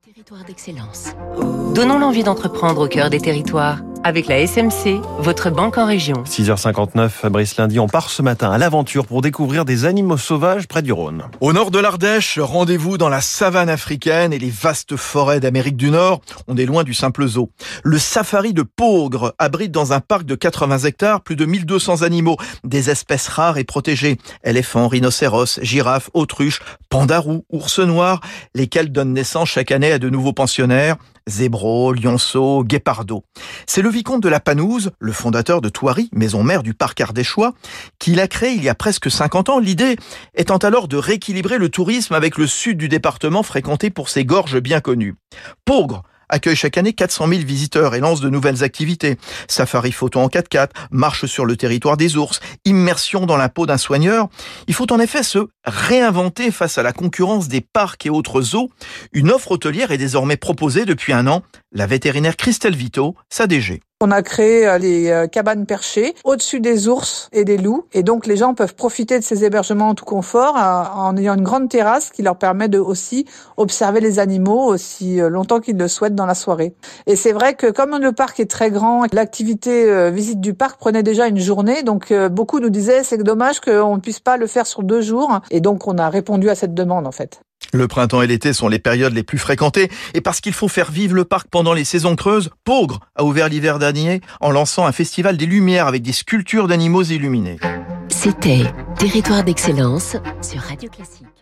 Territoire d'excellence. Donnons l'envie d'entreprendre au cœur des territoires. Avec la SMC, votre banque en région. 6h59, Fabrice Lundi, on part ce matin à l'aventure pour découvrir des animaux sauvages près du Rhône. Au nord de l'Ardèche, rendez-vous dans la savane africaine et les vastes forêts d'Amérique du Nord. On est loin du simple zoo. Le safari de Peaugres abrite dans un parc de 80 hectares plus de 1200 animaux, des espèces rares et protégées. Éléphants, rhinocéros, girafes, autruches, pandarous, ours noirs, lesquels donnent naissance chaque année à de nouveaux pensionnaires. Zébros, lionceaux, guépardos. C'est le vicomte de la Panouse, le fondateur de Thoiry, maison mère du parc ardéchois, qui l'a créé il y a presque 50 ans. L'idée étant alors de rééquilibrer le tourisme avec le sud du département fréquenté pour ses gorges bien connues. Peaugres accueille chaque année 400 000 visiteurs et lance de nouvelles activités. Safari photo en 4x4, marche sur le territoire des ours, immersion dans la peau d'un soigneur. Il faut en effet se réinventer face à la concurrence des parcs et autres zoos. Une offre hôtelière est désormais proposée depuis un an. La vétérinaire Christelle Vito, sa DG. On a créé les cabanes perchées au-dessus des ours et des loups. Et donc, les gens peuvent profiter de ces hébergements en tout confort en ayant une grande terrasse qui leur permet de aussi observer les animaux aussi longtemps qu'ils le souhaitent dans la soirée. Et c'est vrai que comme le parc est très grand, l'activité visite du parc prenait déjà une journée. Donc, beaucoup nous disaient c'est dommage qu'on ne puisse pas le faire sur 2 jours. Et donc, on a répondu à cette demande en fait. Le printemps et l'été sont les périodes les plus fréquentées et parce qu'il faut faire vivre le parc pendant les saisons creuses, Peaugres a ouvert l'hiver dernier en lançant un festival des lumières avec des sculptures d'animaux illuminés. C'était Territoire d'excellence sur Radio Classique.